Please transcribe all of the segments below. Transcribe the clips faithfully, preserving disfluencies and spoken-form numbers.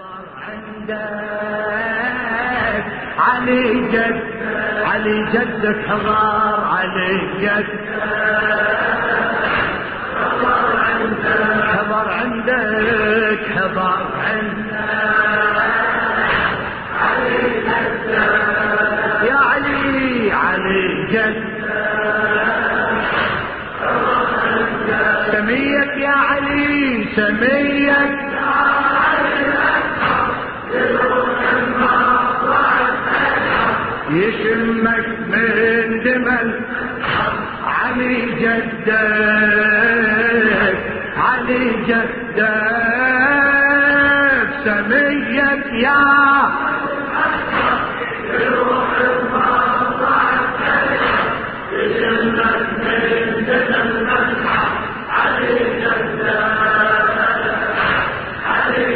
عندك علي جد علي جدك حضر علي جد حضر عندك حضر عندك حضر عندك علي جد يا علي علي جد سميك يا علي سميك يشمك من دمل علي جدك علي جدك سميك يا يشمك من دمل علي جدك علي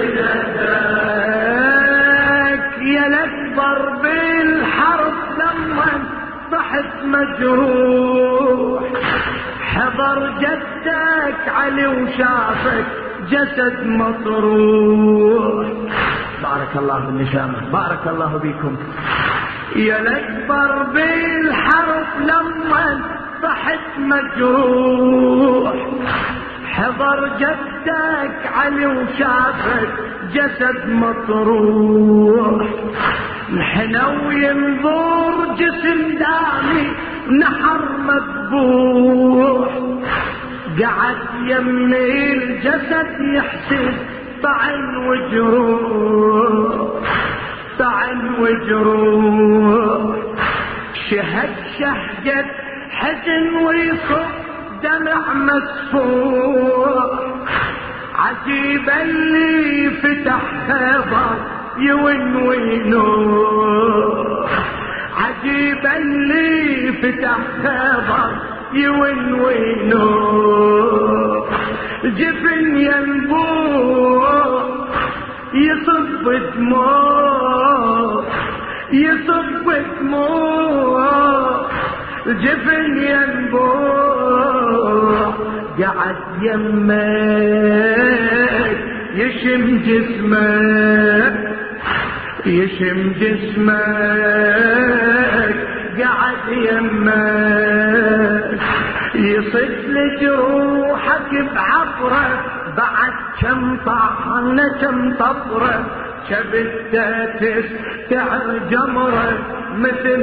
جدك يا الأكبر بالحرب لما ضحت مجروح حضر جدك علي وشافك جسد مطروح. بارك الله بالنشامة بارك الله بكم. يا الأكبر بالحرب لما ضحت مجروح حضر جدك علي وشافك جسد مطروح انحنى وينظر جسم دامي نحر مذبوح قعد يمي الجسد يحسب طعن وجروح طعن وجروح شهد شهجة حزن ويصب دمع مسفوح عجيب اللي فتح خبر يونوينو عجيب اللي فتح خبر يونوينو جفن ينبوع يصب دموع يصب دموع جفن ينبوع قعد يمك يشم جسمك يشم جسمك قعد يمك يصد لجروحك بعبره بعد كم طعنه كم طفره شبته تستعر جمره مثل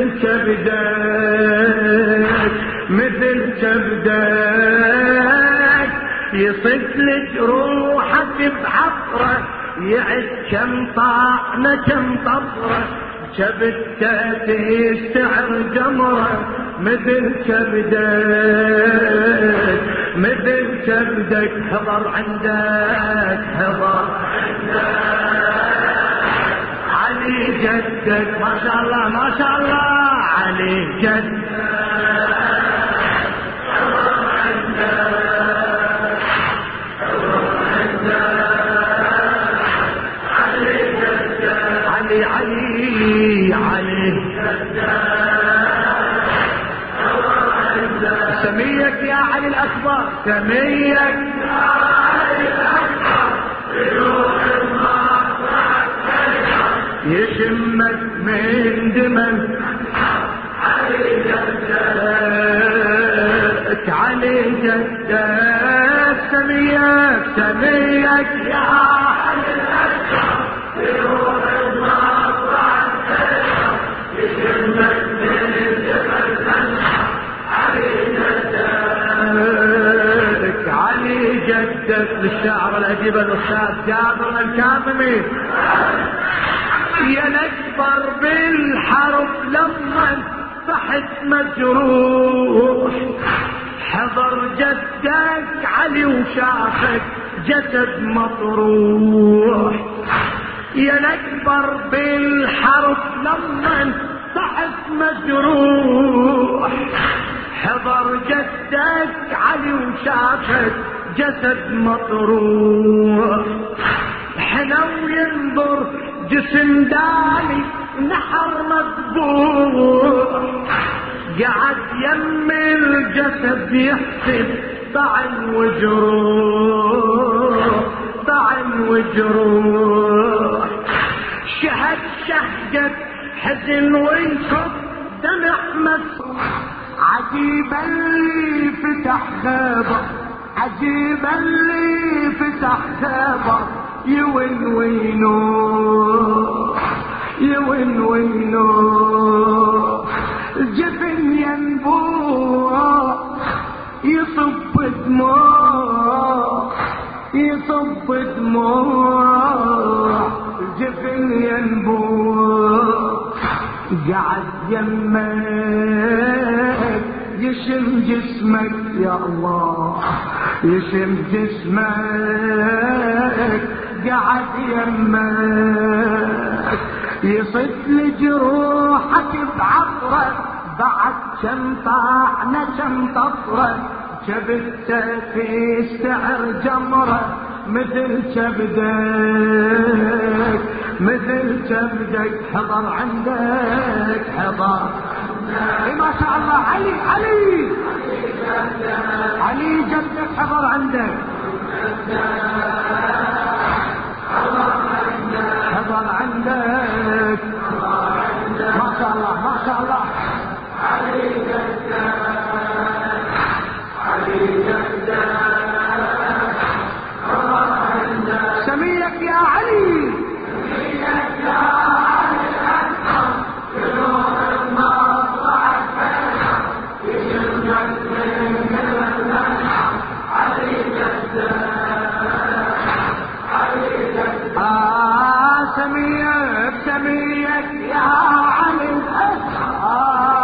كبدك مثل كبدك يصد لجروحك بعبره يعد كم طعنه كم طفره شبته تستعر جمره مثل كبدك مثل كبدك حضر عندك حضر عندك علي جدك ما شاء الله ما شاء الله علي جدك حضر عندك حضر عندك علي جدك علي علي علي سميك يا علي الأكبر سميك يا علي الأكبر بروح يشمك من دمن علي جدك علي جدك سميك سميك يا علي الأكبر بروح يشمك من دمن علي جدك للشاعر الأديب الأستاذ جابر الكاظمي. يا الأكبر بالحرب لما صحت مجروح حضر جدك علي وشافك جسد مطروح. يا الأكبر بالحرب لما صحت مجروح حضر جدك علي وشافك جسد مطروح حنى وينظر جسم دالي نحر مذبوح قعد يم الجسد يحسب طعن وجروح طعن وجروح الشهقة حزن وينكب دمع مسروق. عجيب اللي فتح خبر، عجيب اللي فتح خبر، يوين وينو يوين وينو. الجفن ينبوع يصب دموع يصب دموع. الجفن ينبوع قعد يمك يشم جسمك يا الله، يشم جسمك قعد يمك يصد لجروحك بعطرك. بعد كم طعنة كم طفرة جبتك يستعر جمرة مثل كبدك مثل كبدك. حضر عندك حضر. اي ما شاء الله علي علي علي جدك حضر عندك حضر عندك ما شاء الله ما شاء الله. علي جدك علي جدك سميك يا علي سميك يا علي الأكبر. يروح المصرع فيها يشمك من المنحة. علي جدك علي جدك آه سميك سميك يا علي الأكبر.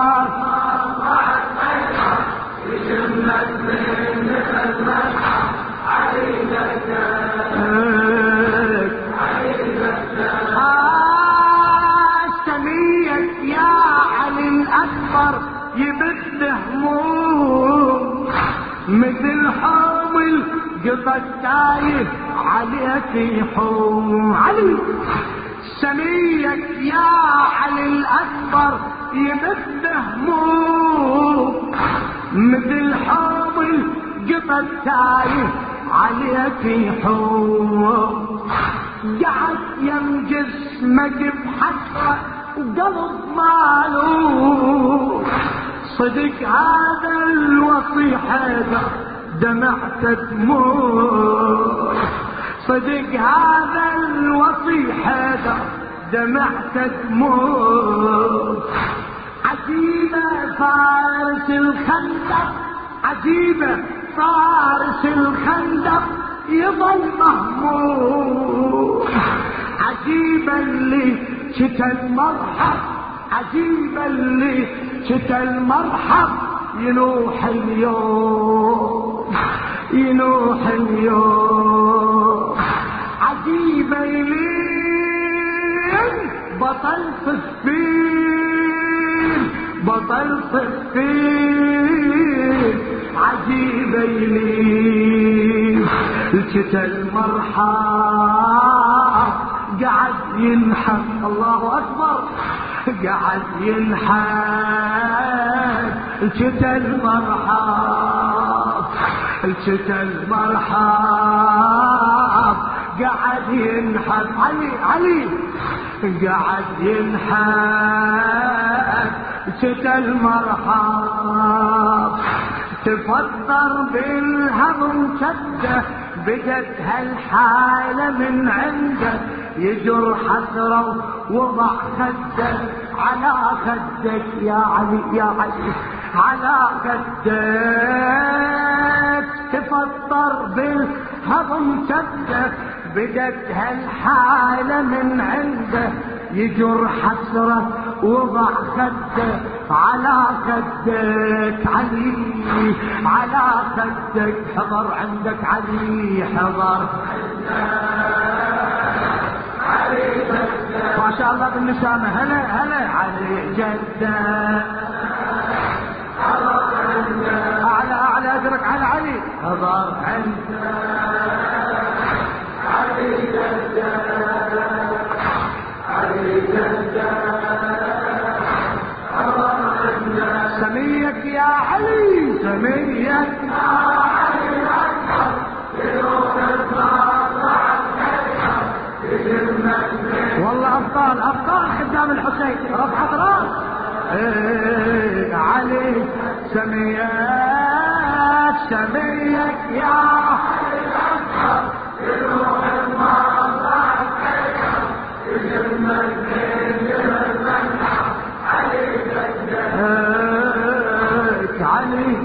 يبث هموم مثل حامل قطة تايه عليك يحوم. علي سميك يا علي الأكبر يبث هموم مثل حامل قطة تايه عليك يحوم. قعد يم جسمك بحسرة وقلب مالو. صدق هذا الوصي حيدر دمعت دموع. صدق هذا الوصي حيدر دمعت دموع. عجيبة فارس الخندق عجيبة فارس الخندق يظل مهموم. عجيبة اللي شتا المرحب عجيبة اللي شتا المرحب ينوح اليوم ينوح اليوم. عجيبة يلين بطل صفين بطل صفين. عجيبة يلين شتا المرحب قعد ينحت. الله أكبر. قعد ينحت الشتا المرحب الشتا المرحب قعد ينحت. علي علي قعد ينحت الشتا المرحب. تفطر بالهضم شده بدت هالحالة من عنده. يجر حسرة وضع خدك على خدك يا علي يا علي على خدك. تفطر بالهضم شدك بدت هالحالة من عنده. يجر حسرة وضع خدك على خدك. علي على خدك حضر عندك. علي حضر ما شاء الله بالنسامة. هلا هلا علي جدك اعلى اعلى اجرك على علي. حضر عندك علي جدك علي جدك سميك يا علي سميك يا علي الأكبر. يروح المصرع فيها والله ابطال ابطال خدام الحسين رفعت راس. ايه علي سميك سميك يا علي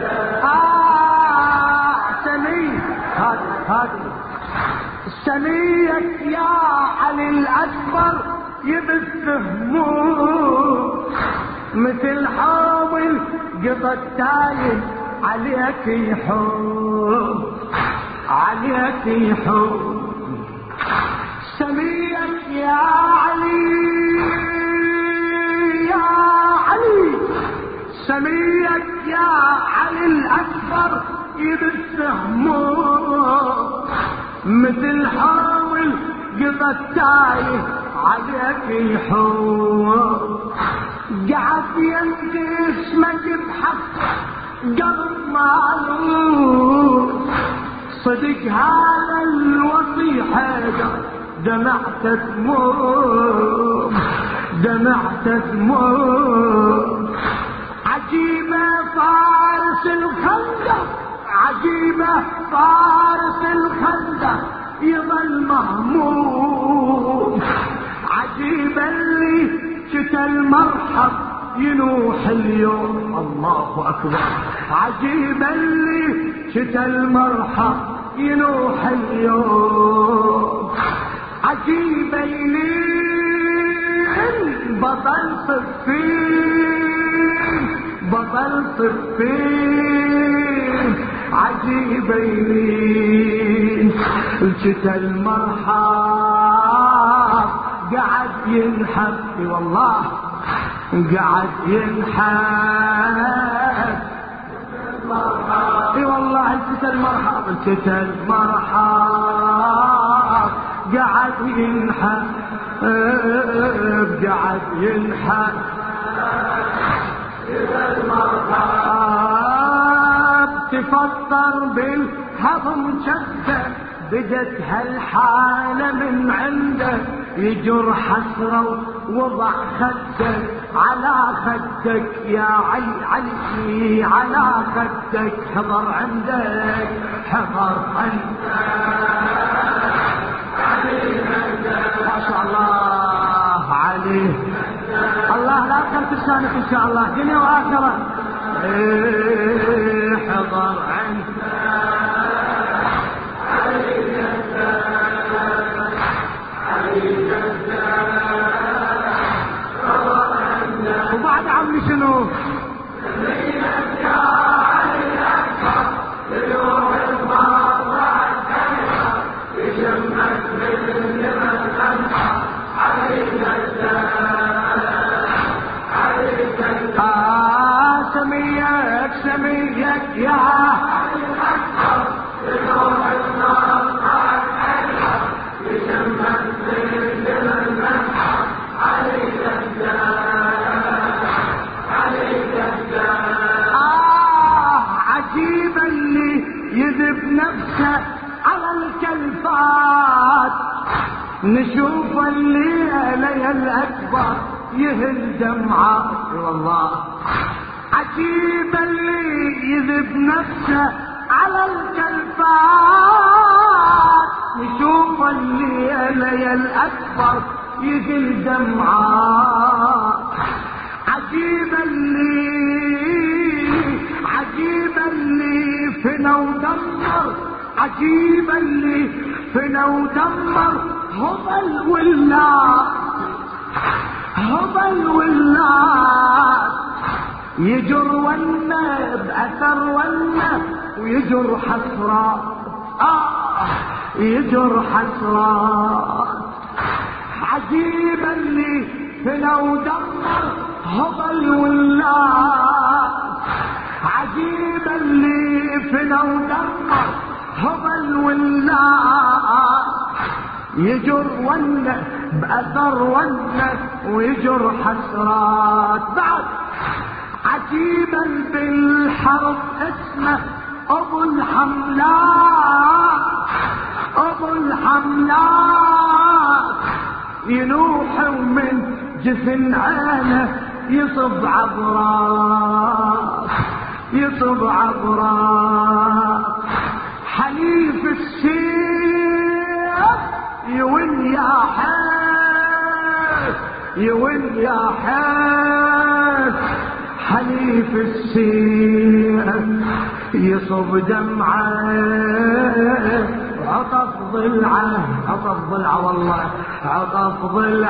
آه سميك هذا هذا سميك يا علي الأكبر يبث هموم مثل حامل قطط تايه عليك يحوم عليك يحوم. سميك يا علي يا علي سميك يا علي الأكبر يبث هموم مثل حاول قطط تايه عليك يحوم. قعد ينتي اسمك بحق قلب معلوم صدق هذا الوصي حيدر دمعت دموم دمعت دموم. عجيبة فارس الخندق عجيبة فارس الخندق يظل مهموم. عجيبة اللي شتا المرحب ينوح اليوم الله أكبر. عجيبة اللي شتا المرحب ينوح اليوم. عجيبة اللي بطل صفين بطل صفين. عجيبة اللي شتا المرحب قعد ينحب والله قعد ينحب اي والله شتا المرحب شتا المرحب قعد ينحب قعد ينحب تفطر بالهضم شده بدت هالحالة من عنده يجر حسرة ووضع خده على خدك يا علي علي على خدك حضر عندك حضر عندك ما شاء الله عليه. الله لا تخلف لسانك ان شاء الله دنيا واخره. ايه حضر عندك وبعد عمي شنو آه سميك سميك يا يذب نفسه على الكلفات نشوف الليلة الأكبر يهل دمعة والله. عجيب اللي يذب نفسه على الكلفات نشوف الليلة الأكبر يهل دمعة. عجيب اللي عجيب اللي فينا ودمر عجيب اللي فينا ودمر هبل والناس هبل والناس يجر ونا بأثر ونا ويجر حسرات آه يجر حسرات. عجيب اللي فينا ودمر هبل والناس عجيب اللي فينا ودمر هبل والناس يجر ونه بأثر ونه ويجر حسرات. بعد عجيبا بالحرب اسمه ابو الحملات ابو الحملات ينوح ومن جفن عينه يصب عبراك يصب عبراك حليف السيف يون يا حيف يون يا حيف حليف السيف يصب دمعه عطف ضلعه عطف ضلعه والله عطف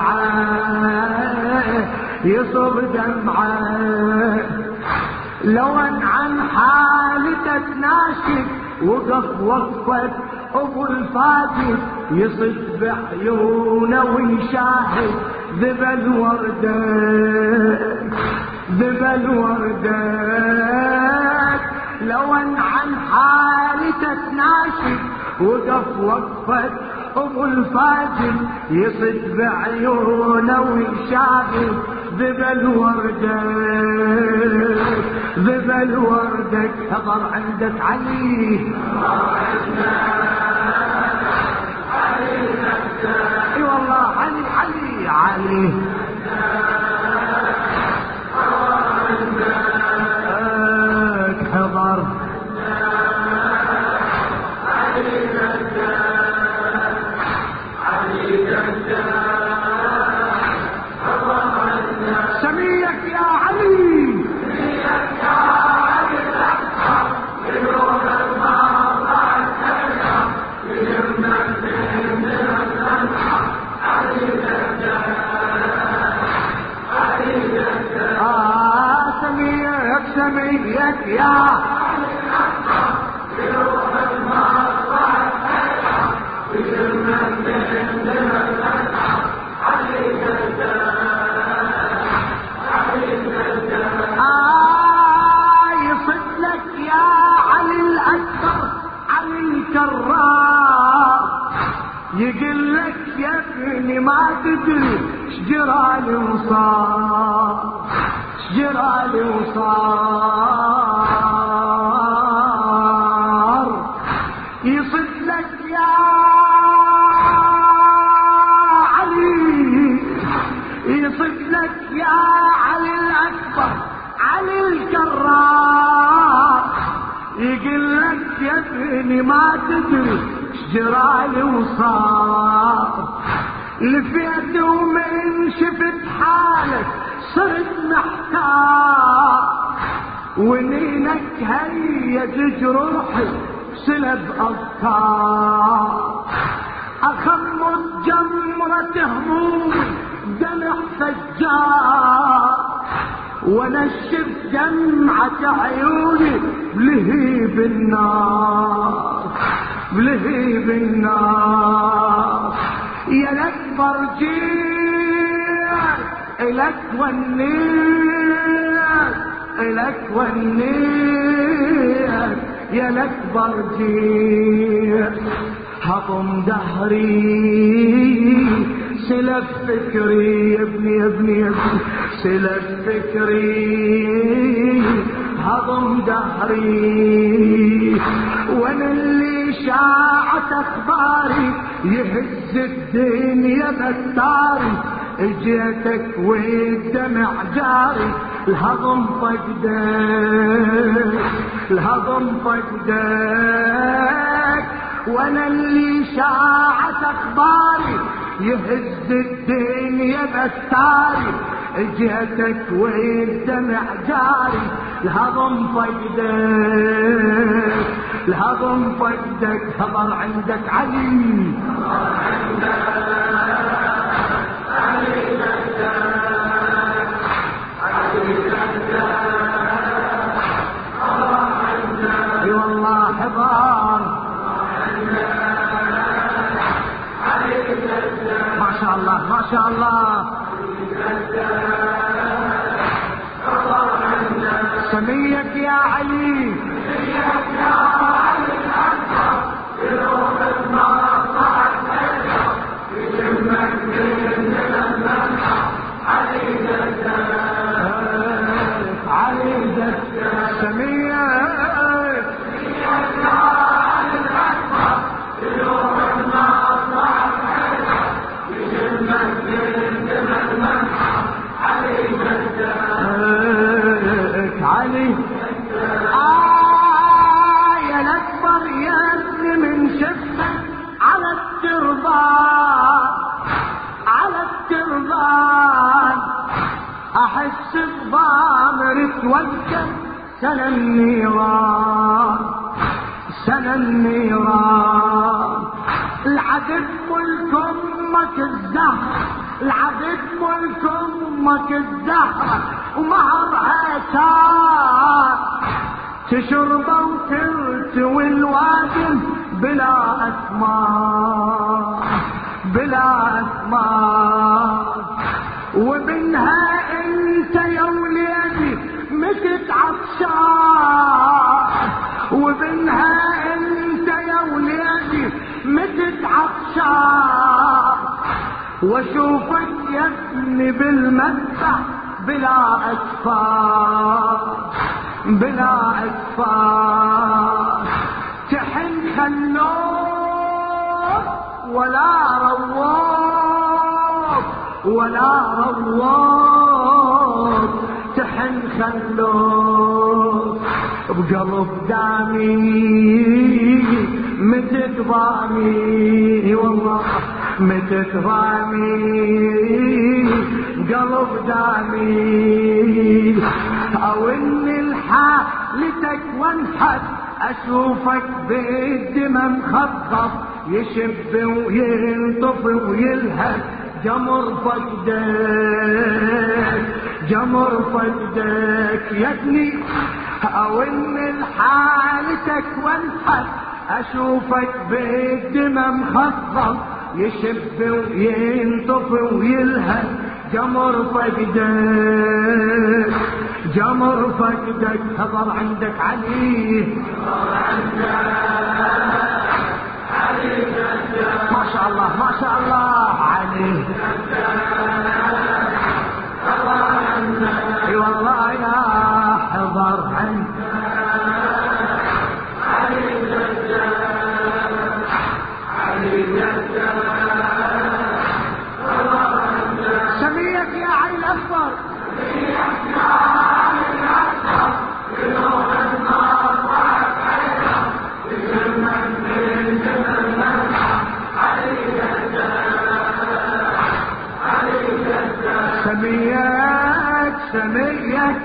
ضلعه يصب دمعه لو ان عن حالته تناشد وقف وقفت ابو الفاتح يصد بعيونه ويشاهد ذبل وردك ذبل وردك لو ان عن حالته تناشد وقف وقفت ابو الفاتح يصد بعيونه ويشاهد ذبل وردك ذبل وردك حضر عندك علي اي والله علي علي علي حضر سميك يا علي آه سميك سميك يا آه يصد لك يا علي الأكبر علي الكرار يقول لك يا ابني ما تدري شجرالي وصار شجرالي وصار يصد لك يا علي يصد لك يا علي الأكبر علي الكرار يقول لك يا ابني ما تدري شجرالي وصار لفيت ومن شفت حالك صرت محتار ونينك هيج جروحي سلب أفكار أخمد جمرة همومي دمع فجار ونشف دمعة عيوني بلهيب النار بلهيب النار يا الأكبر جيت إلك والنيت إلك والنيت يا الأكبر جيت هضم دهري سلف فكري يا ابني يا ابني يا ابني سلف فكري هضم دهري وانا اللي شاعت اخباري يهز الدنيا بستاري اجيتك والدمع جاري الهضم فقدك الهضم فقدك وانا اللي شاعت اخباري يهز الدنيا بستاري اجيتك والدمع جاري الهضم فقدك الهضم فقدك خبر عندك علي اي والله حضار ما شاء الله ما شاء الله سميك يا علي سميك احسب ضامر توجه سنة النيران سنة النيران. العدد ملك امك الزهرة العدد ملك امك الزهرة ومهرها كان تشربه وترتوي الوادم بلا اثمار بلا اثمار. وبنها انت يا وليدي متت عطشان وبنها انت يا وليدي متت عطشان. واشوفك يا ابني بالمذبح بلا اسفار بلا اسفار. تحن خلوك ولا رواك ولا رواك تحن خلوك بقلب دامي متت ضامي والله متت ضامي قلب دامي. او اني لحالتك وانحت اشوفك بالدمى مخضب يشب وينطف ويلهب جمر فقدك جمر فقدك يا ابني. او اني لحالتك وانحت اشوفك بالدمى مخضب يشب وينطف ويلهب جمر فقدك جمر فقدك. خطر عندك علي ما شاء الله ما شاء الله علي اي والله يا حضر عندك سميك يا علي الاكبر سميك سميك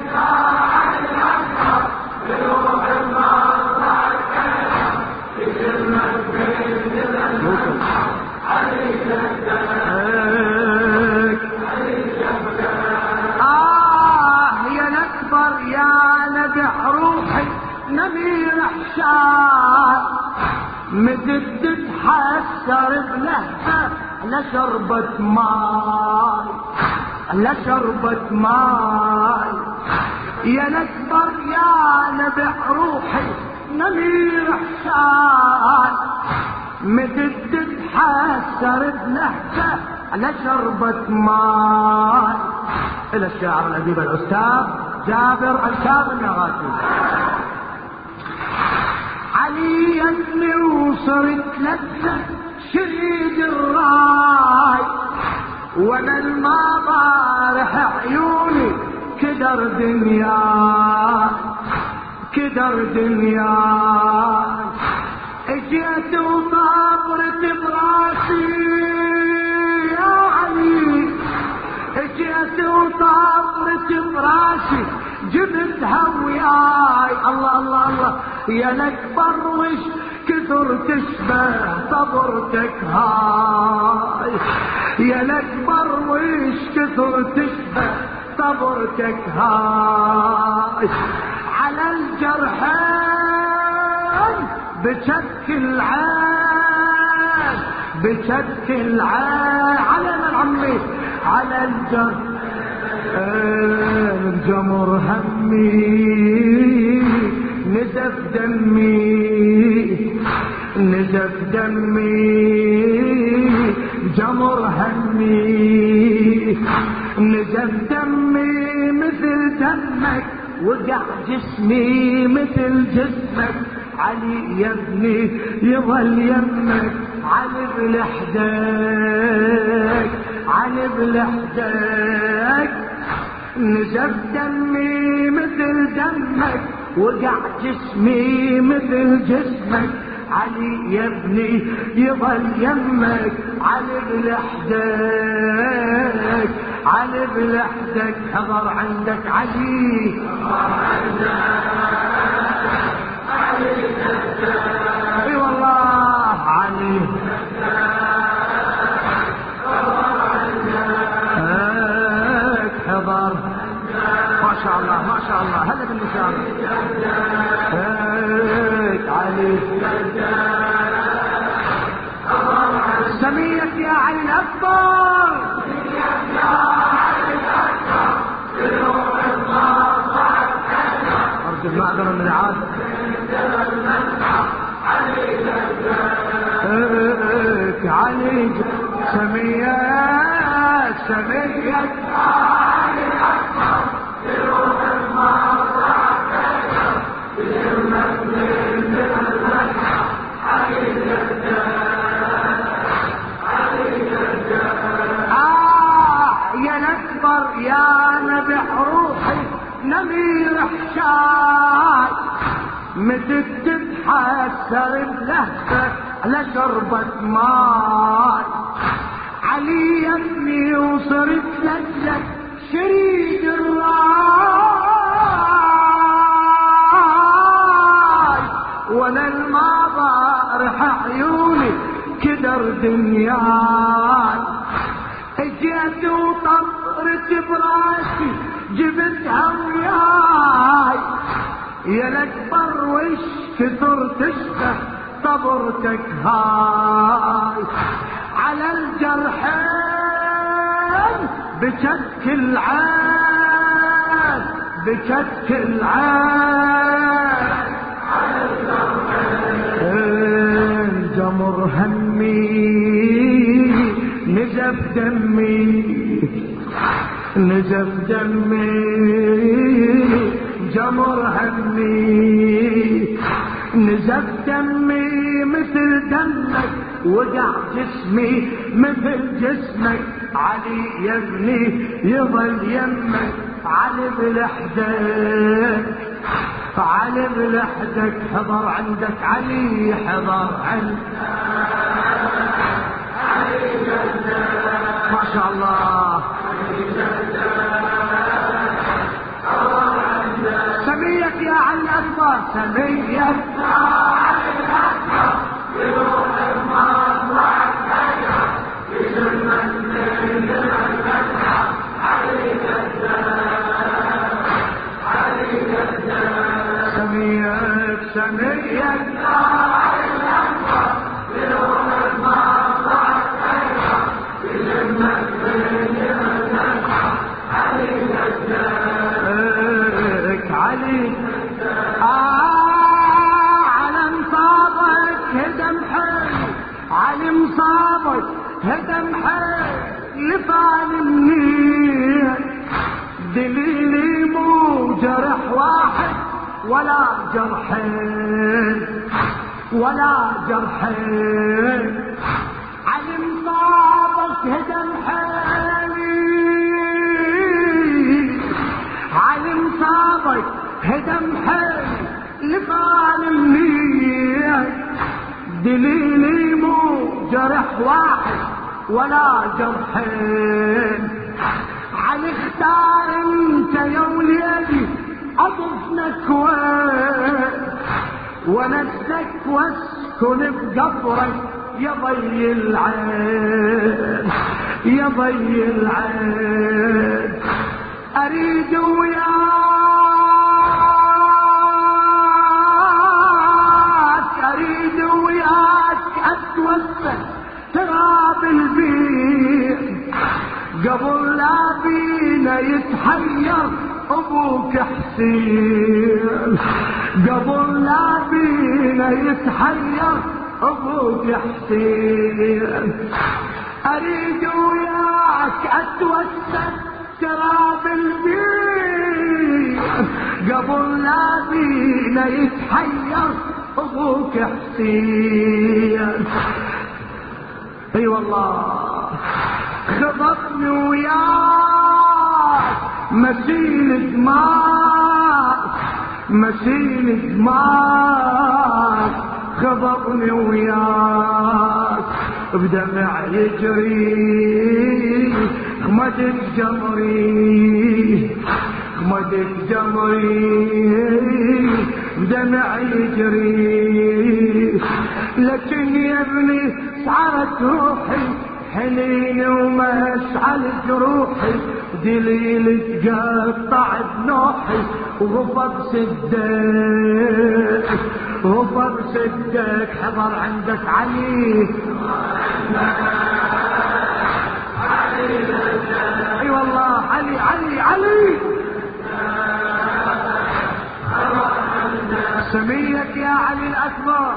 آه يا الأكبر يا نبح روحي نمير حشان مدد تتحسر بلهفة لشربة ماي لشربة ماي. يا الأكبر يا نبح روحي نمير حشان مدد تتحسر بلهفة لشربة ماي. الى الشاعر الاديب الاستاذ جابر الكاظم يا غازي. علي ابني وصرت لذة شريد الراي وانا الما بارح عيوني كدر دنياي كدر دنياي. اجيت وطابرت براسي يا علي اجيت وطابرت براسي جبتها وياي. الله الله الله يا الاكبر وش كثر تشبه طبرتك هاي يا الاكبر وش كثر تشبه طبرتك هاي. على الجرحين بشك العين بشك العين على من عمي على الجرح الجمر همي نزف دمي نزف دمي جمر همي نزف دمي مثل دمك وقع جسمي مثل جسمك. علي يا ابني يظل يمك علي بلحدك علي بلحدك. نزف دمي مثل دمك وقع جسمي مثل جسمك. علي يا ابني يظل يمك علي بلحدك علي بلحدك حضر عندك علي اي والله علي حضر ما شاء الله ما شاء الله هلا بالنساء علي سميك يا علي الأكبر أرجو المعذرة من العاد علي سميك سميك علي الأكبر يا نبح روحي نمير حشاي متى تتحسر بلهفك على شربة ماي علي يا ابني وصرت لك شريد الراي وانا الما بارح عيوني كدر دنياي اجيت وطرت براسي جبتها وياي يا الاكبر وش كثر تشبه صبرتك هاي على الجرحين بشك العين بشك العين على الجرحين جمر همي نزف دمي نزف دمي جمر همي نزف دمي مثل دمك وقع جسمي مثل جسمك علي يا ابني يظل يمك علي بلحدك علي بلحدك حضر عندك علي حضر عندك ما شاء الله سميك يا علي الأكبر سميك يا علي الأكبر بروح المطلع الخير بجمال من المدحة علي كذاب علي كذاب سميك سميك يا علي الأكبر بروح المطلع الخير بجمال من المدحة علي كذاب علي آه على مصابك هدم حي علي مصابك هدم حي لفعل منيح دليلي مو جرح واحد ولا جرحين ولا جرحين علي مصابك هدم حي علي مصابك هدم حي لفعل منيح دليلي مو جرح واحد ولا جرحين علي اختار انت يا وليدي اضفنك وين ونسك واسكن بقبرك يا ضي العين يا ضي العين اريد وياك اريد وياك اتوسل تراب البيت قبل لا بينا يتحير ابوك حسين قبل لا بينا يتحير ابوك حسين اريد وياك اتوسل تراب البيت قبل لا بينا يتحير ابوك حسين اي والله خطفني وياك مسيل دماغ مسيل دماغ خطفني وياك بدمع يجري خمد خمدت جمري خمدت جمري دمع يجري، لكن يا ابني سعرت روحي حنين ومشعل جروحي، دليل تقطع بنوحي وغفر سدك غفر سدك. حضر عندك علي اي والله علي علي علي سميك يا علي الأكبر